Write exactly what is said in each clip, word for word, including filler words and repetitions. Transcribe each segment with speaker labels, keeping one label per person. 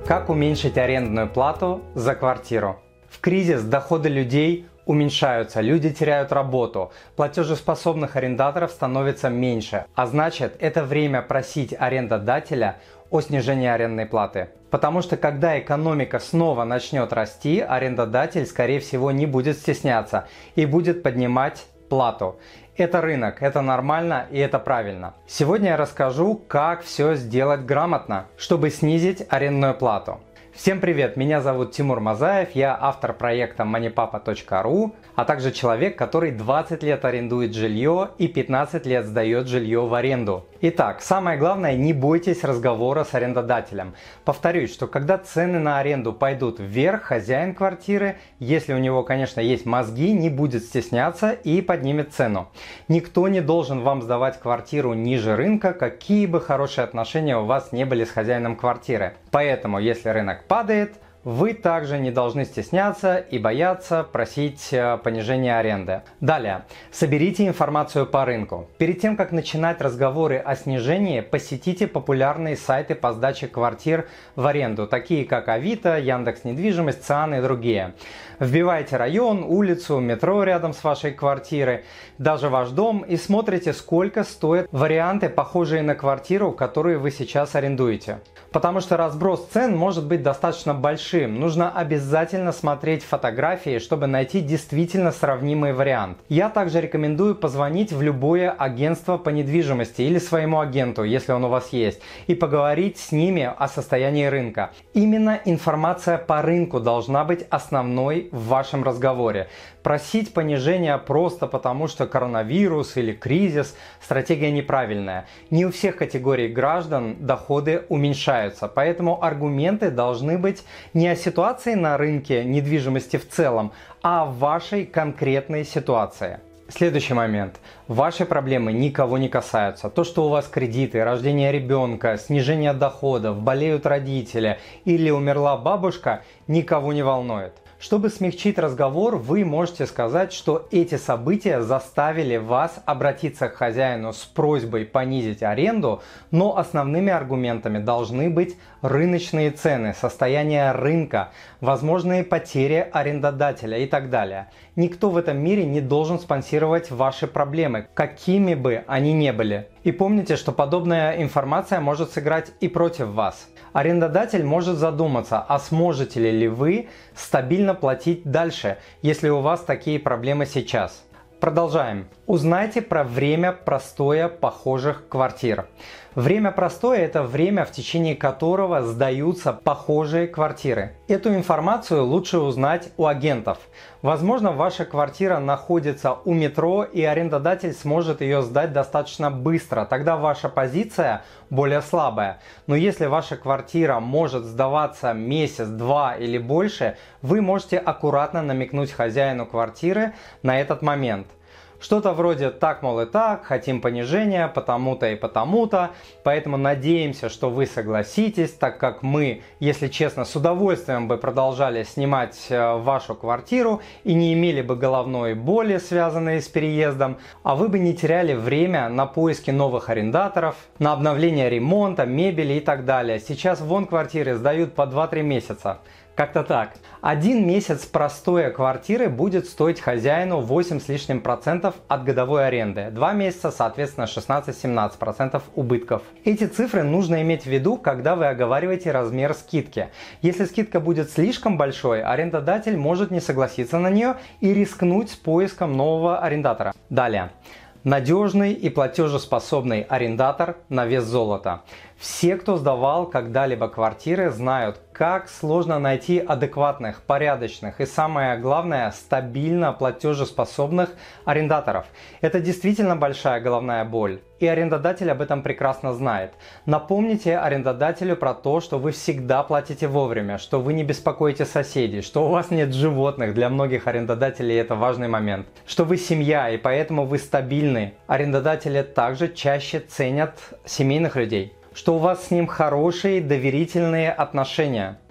Speaker 1: Как уменьшить арендную плату за квартиру? В кризис доходы людей уменьшаются, люди теряют работу, платежеспособных арендаторов становится меньше, а значит, это время просить арендодателя о снижении арендной платы. Потому что когда экономика снова начнет расти, арендодатель, скорее всего, не будет стесняться и будет поднимать плату. Это рынок, это нормально и это правильно. Сегодня я расскажу, как все сделать грамотно, чтобы снизить арендную плату. Всем привет, меня зовут Тимур Мазаев, я автор проекта манипапа точка ру, а также человек, который двадцать лет арендует жилье и пятнадцать лет сдает жилье в аренду. Итак, самое главное, не бойтесь разговора с арендодателем. Повторюсь, что когда цены на аренду пойдут вверх, хозяин квартиры, если у него, конечно, есть мозги, не будет стесняться и поднимет цену. Никто не должен вам сдавать квартиру ниже рынка, какие бы хорошие отношения у вас не были с хозяином квартиры. Поэтому, если рынок падает, вы также не должны стесняться и бояться просить понижения аренды. Далее, соберите информацию по рынку. Перед тем, как начинать разговоры о снижении, посетите популярные сайты по сдаче квартир в аренду, такие как Авито, Яндекс.Недвижимость, Циан и другие. Вбивайте район, улицу, метро рядом с вашей квартирой, даже ваш дом и смотрите, сколько стоят варианты, похожие на квартиру, которую вы сейчас арендуете. Потому что разброс цен может быть достаточно большим. Нужно обязательно смотреть фотографии, чтобы найти действительно сравнимый вариант. Я также рекомендую позвонить в любое агентство по недвижимости или своему агенту, если он у вас есть, и поговорить с ними о состоянии рынка. Именно информация по рынку должна быть основной в вашем разговоре. Просить понижения просто потому, что коронавирус или кризис – стратегия неправильная. Не у всех категорий граждан доходы уменьшаются, поэтому аргументы должны быть не о ситуации на рынке недвижимости в целом, а о вашей конкретной ситуации. Следующий момент. Ваши проблемы никого не касаются. То, что у вас кредиты, рождение ребенка, снижение доходов, болеют родители или умерла бабушка, никого не волнует. Чтобы смягчить разговор, вы можете сказать, что эти события заставили вас обратиться к хозяину с просьбой понизить аренду, но основными аргументами должны быть рыночные цены, состояние рынка, возможные потери арендодателя и так далее. Никто в этом мире не должен спонсировать ваши проблемы, какими бы они ни были. И помните, что подобная информация может сыграть и против вас. Арендодатель может задуматься, а сможете ли вы стабильно платить дальше, если у вас такие проблемы сейчас. Продолжаем. Узнайте про время простоя похожих квартир. Время простоя – это время, в течение которого сдаются похожие квартиры. Эту информацию лучше узнать у агентов. Возможно, ваша квартира находится у метро, и арендодатель сможет ее сдать достаточно быстро. Тогда ваша позиция более слабая. Но если ваша квартира может сдаваться месяц, два или больше, вы можете аккуратно намекнуть хозяину квартиры на этот момент. Что-то вроде «так, мол, и так, хотим понижения, потому-то и потому-то, поэтому надеемся, что вы согласитесь, так как мы, если честно, с удовольствием бы продолжали снимать вашу квартиру и не имели бы головной боли, связанной с переездом, а вы бы не теряли время на поиски новых арендаторов, на обновление ремонта, мебели и так далее. Сейчас вон квартиры сдают по два-три месяца». Как-то так. Один месяц простоя квартиры будет стоить хозяину восемь с лишним процентов от годовой аренды. Два месяца, соответственно, шестнадцать-семнадцать процентов убытков. Эти цифры нужно иметь в виду, когда вы оговариваете размер скидки. Если скидка будет слишком большой, арендодатель может не согласиться на нее и рискнуть с поиском нового арендатора. Далее. Надежный и платежеспособный арендатор на вес золота. Все, кто сдавал когда-либо квартиры, знают, как сложно найти адекватных, порядочных и, самое главное, стабильно платежеспособных арендаторов. Это действительно большая головная боль, и арендодатель об этом прекрасно знает. Напомните арендодателю про то, что вы всегда платите вовремя, что вы не беспокоите соседей, что у вас нет животных, для многих арендодателей это важный момент, что вы семья и поэтому вы стабильны. Арендодатели также чаще ценят семейных людей, что у вас с ним хорошие доверительные отношения.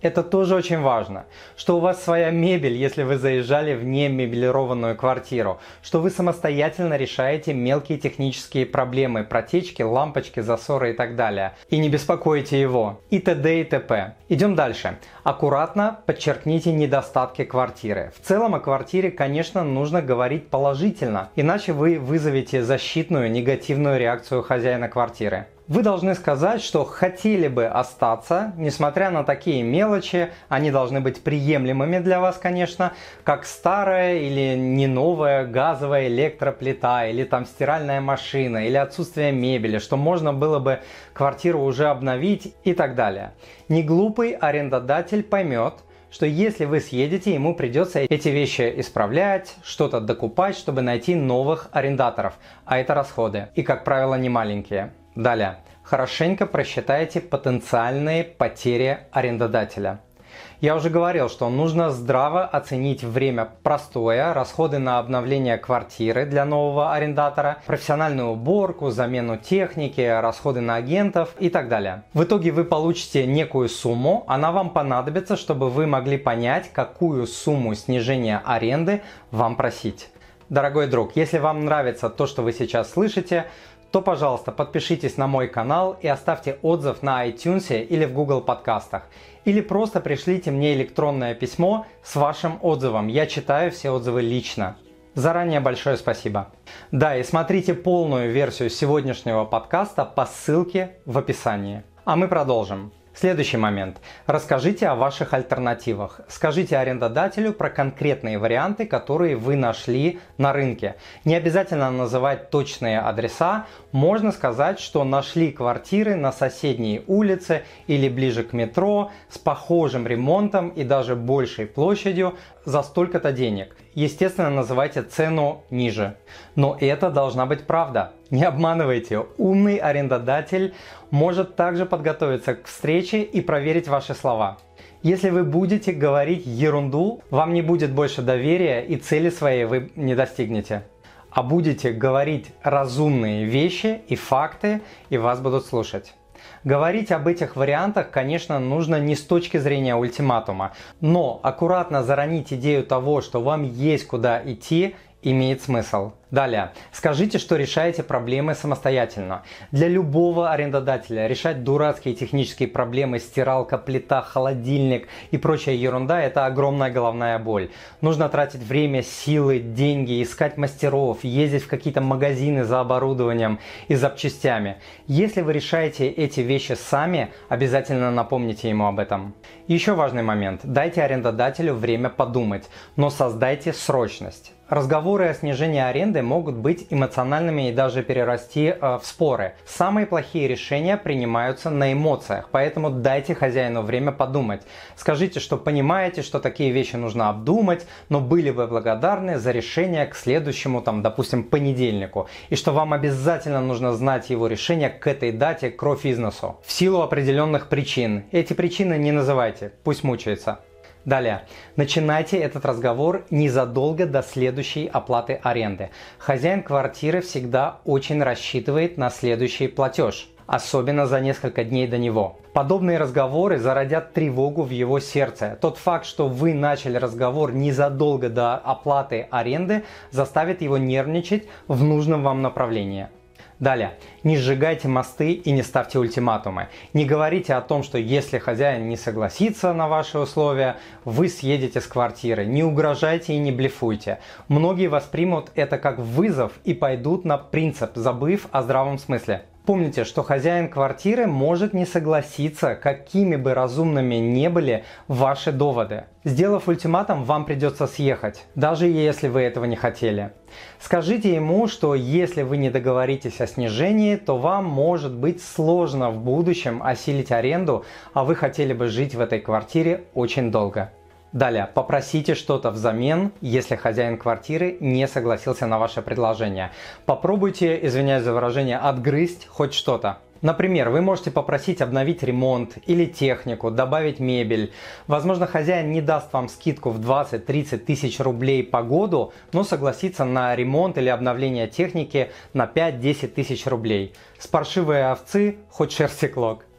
Speaker 1: Это тоже очень важно, что у вас своя мебель, если вы заезжали в немебелированную квартиру, что вы самостоятельно решаете мелкие технические проблемы, протечки, лампочки, засоры и так далее, и не беспокоите его, и т.д. и т.п. Идем дальше. Аккуратно подчеркните недостатки квартиры. В целом о квартире, конечно, нужно говорить положительно, иначе вы вызовете защитную негативную реакцию хозяина квартиры. Вы должны сказать, что хотели бы остаться, несмотря на такие мелочи, они должны быть приемлемыми для вас, конечно, как старая или не новая газовая электроплита, или там стиральная машина, или отсутствие мебели, что можно было бы квартиру уже обновить и так далее. Неглупый арендодатель поймет, что если вы съедете, ему придется эти вещи исправлять, что-то докупать, чтобы найти новых арендаторов, а это расходы, и, как правило, не маленькие. Далее. Хорошенько просчитайте потенциальные потери арендодателя. Я уже говорил, что нужно здраво оценить время простоя, расходы на обновление квартиры для нового арендатора, профессиональную уборку, замену техники, расходы на агентов и так далее. В итоге вы получите некую сумму, она вам понадобится, чтобы вы могли понять, какую сумму снижения аренды вам просить. Дорогой друг, если вам нравится то, что вы сейчас слышите, то, пожалуйста, подпишитесь на мой канал и оставьте отзыв на iTunes или в Google подкастах. Или просто пришлите мне электронное письмо с вашим отзывом. Я читаю все отзывы лично. Заранее большое спасибо. Да, и смотрите полную версию сегодняшнего подкаста по ссылке в описании. А мы продолжим. Следующий момент. Расскажите о ваших альтернативах. Скажите арендодателю про конкретные варианты, которые вы нашли на рынке. Не обязательно называть точные адреса. Можно сказать, что нашли квартиры на соседней улице или ближе к метро с похожим ремонтом и даже большей площадью за столько-то денег. Естественно, называйте цену ниже. Но это должна быть правда. Не обманывайте. Умный арендодатель может также подготовиться к встрече и проверить ваши слова. Если вы будете говорить ерунду, вам не будет больше доверия и цели своей вы не достигнете. А будете говорить разумные вещи и факты, и вас будут слушать. Говорить об этих вариантах, конечно, нужно не с точки зрения ультиматума, но аккуратно заронить идею того, что вам есть куда идти, имеет смысл. Далее. Скажите, что решаете проблемы самостоятельно. Для любого арендодателя решать дурацкие технические проблемы, стиралка, плита, холодильник и прочая ерунда – это огромная головная боль. Нужно тратить время, силы, деньги, искать мастеров, ездить в какие-то магазины за оборудованием и запчастями. Если вы решаете эти вещи сами, обязательно напомните ему об этом. Еще важный момент. Дайте арендодателю время подумать, но создайте срочность. Разговоры о снижении аренды могут быть эмоциональными и даже перерасти э, в споры. Самые плохие решения принимаются на эмоциях, поэтому дайте хозяину время подумать. Скажите, что понимаете, что такие вещи нужно обдумать, но были бы благодарны за решение к следующему, там, допустим, понедельнику, и что вам обязательно нужно знать его решение к этой дате кровь из носу. В силу определенных причин. Эти причины не называйте, пусть мучается. Далее. Начинайте этот разговор незадолго до следующей оплаты аренды. Хозяин квартиры всегда очень рассчитывает на следующий платеж, особенно за несколько дней до него. Подобные разговоры зародят тревогу в его сердце. Тот факт, что вы начали разговор незадолго до оплаты аренды, заставит его нервничать в нужном вам направлении. Далее. Не сжигайте мосты и не ставьте ультиматумы. Не говорите о том, что если хозяин не согласится на ваши условия, вы съедете с квартиры. Не угрожайте и не блефуйте. Многие воспримут это как вызов и пойдут на принцип, забыв о здравом смысле. Помните, что хозяин квартиры может не согласиться, какими бы разумными ни были ваши доводы. Сделав ультиматум, вам придется съехать, даже если вы этого не хотели. Скажите ему, что если вы не договоритесь о снижении, то вам может быть сложно в будущем осилить аренду, а вы хотели бы жить в этой квартире очень долго. Далее, попросите что-то взамен, если хозяин квартиры не согласился на ваше предложение. Попробуйте, извиняюсь за выражение, отгрызть хоть что-то. Например, вы можете попросить обновить ремонт или технику, добавить мебель. Возможно, хозяин не даст вам скидку в двадцать-тридцать тысяч рублей по году, но согласится на ремонт или обновление техники на пять-десять тысяч рублей. С паршивой овцы хоть шерсти клок.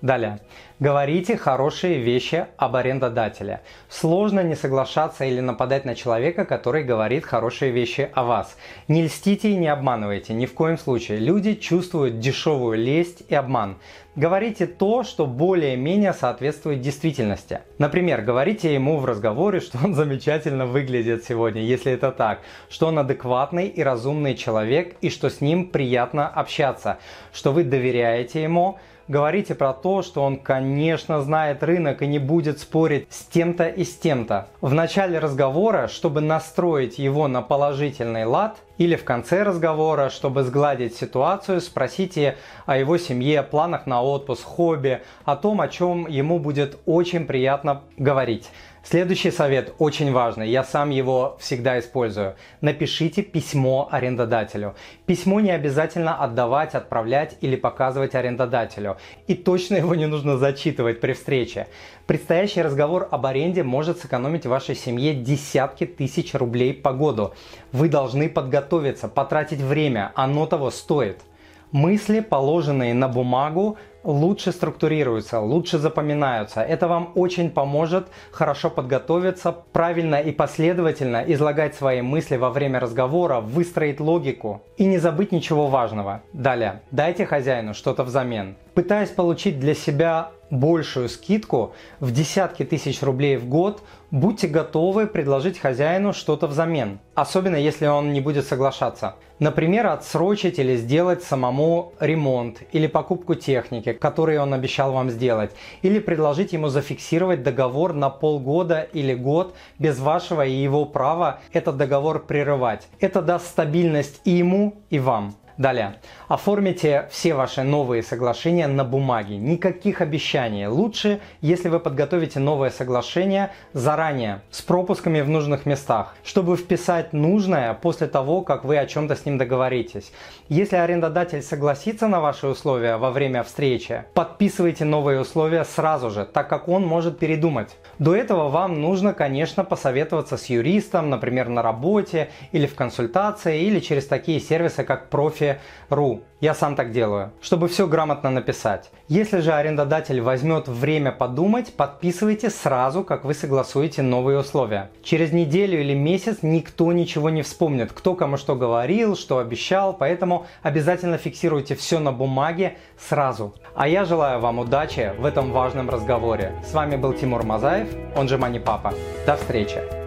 Speaker 1: Далее. Говорите хорошие вещи об арендодателе. Сложно не соглашаться или нападать на человека, который говорит хорошие вещи о вас. Не льстите и не обманывайте, ни в коем случае. Люди чувствуют дешевую лесть и обман. Говорите то, что более-менее соответствует действительности. Например, говорите ему в разговоре, что он замечательно выглядит сегодня, если это так, что он адекватный и разумный человек и что с ним приятно общаться, что вы доверяете ему. Говорите про то, что он, конечно, знает рынок и не будет спорить с тем-то и с тем-то. В начале разговора, чтобы настроить его на положительный лад, или в конце разговора, чтобы сгладить ситуацию, спросите о его семье, планах на отпуск, хобби, о том, о чем ему будет очень приятно говорить. Следующий совет очень важный, я сам его всегда использую. Напишите письмо арендодателю. Письмо не обязательно отдавать, отправлять или показывать арендодателю. И точно его не нужно зачитывать при встрече. Предстоящий разговор об аренде может сэкономить вашей семье десятки тысяч рублей по году. Вы должны подготовиться, потратить время, оно того стоит. Мысли, положенные на бумагу, лучше структурируются, лучше запоминаются. Это вам очень поможет хорошо подготовиться, правильно и последовательно излагать свои мысли во время разговора, выстроить логику и не забыть ничего важного. Далее, дайте хозяину что-то взамен. Пытаясь получить для себя большую скидку в десятки тысяч рублей в год, будьте готовы предложить хозяину что-то взамен, особенно если он не будет соглашаться. Например, отсрочить или сделать самому ремонт или покупку техники, который он обещал вам сделать, или предложить ему зафиксировать договор на полгода или год без вашего и его права этот договор прерывать. Это даст стабильность и ему, и вам. Далее. Оформите все ваши новые соглашения на бумаге. Никаких обещаний. Лучше, если вы подготовите новое соглашение заранее, с пропусками в нужных местах, чтобы вписать нужное после того, как вы о чем-то с ним договоритесь. Если арендодатель согласится на ваши условия во время встречи, подписывайте новые условия сразу же, так как он может передумать. До этого вам нужно, конечно, посоветоваться с юристом, например, на работе или в консультации, или через такие сервисы, как профи точка ру. Я сам так делаю, чтобы все грамотно написать. Если же арендодатель возьмет время подумать, подписывайте сразу, как вы согласуете новые условия. Через неделю или месяц никто ничего не вспомнит, кто кому что говорил, что обещал, поэтому обязательно фиксируйте все на бумаге сразу. А я желаю вам удачи в этом важном разговоре. С вами был Тимур Мазаев, он же Money Papa. До встречи!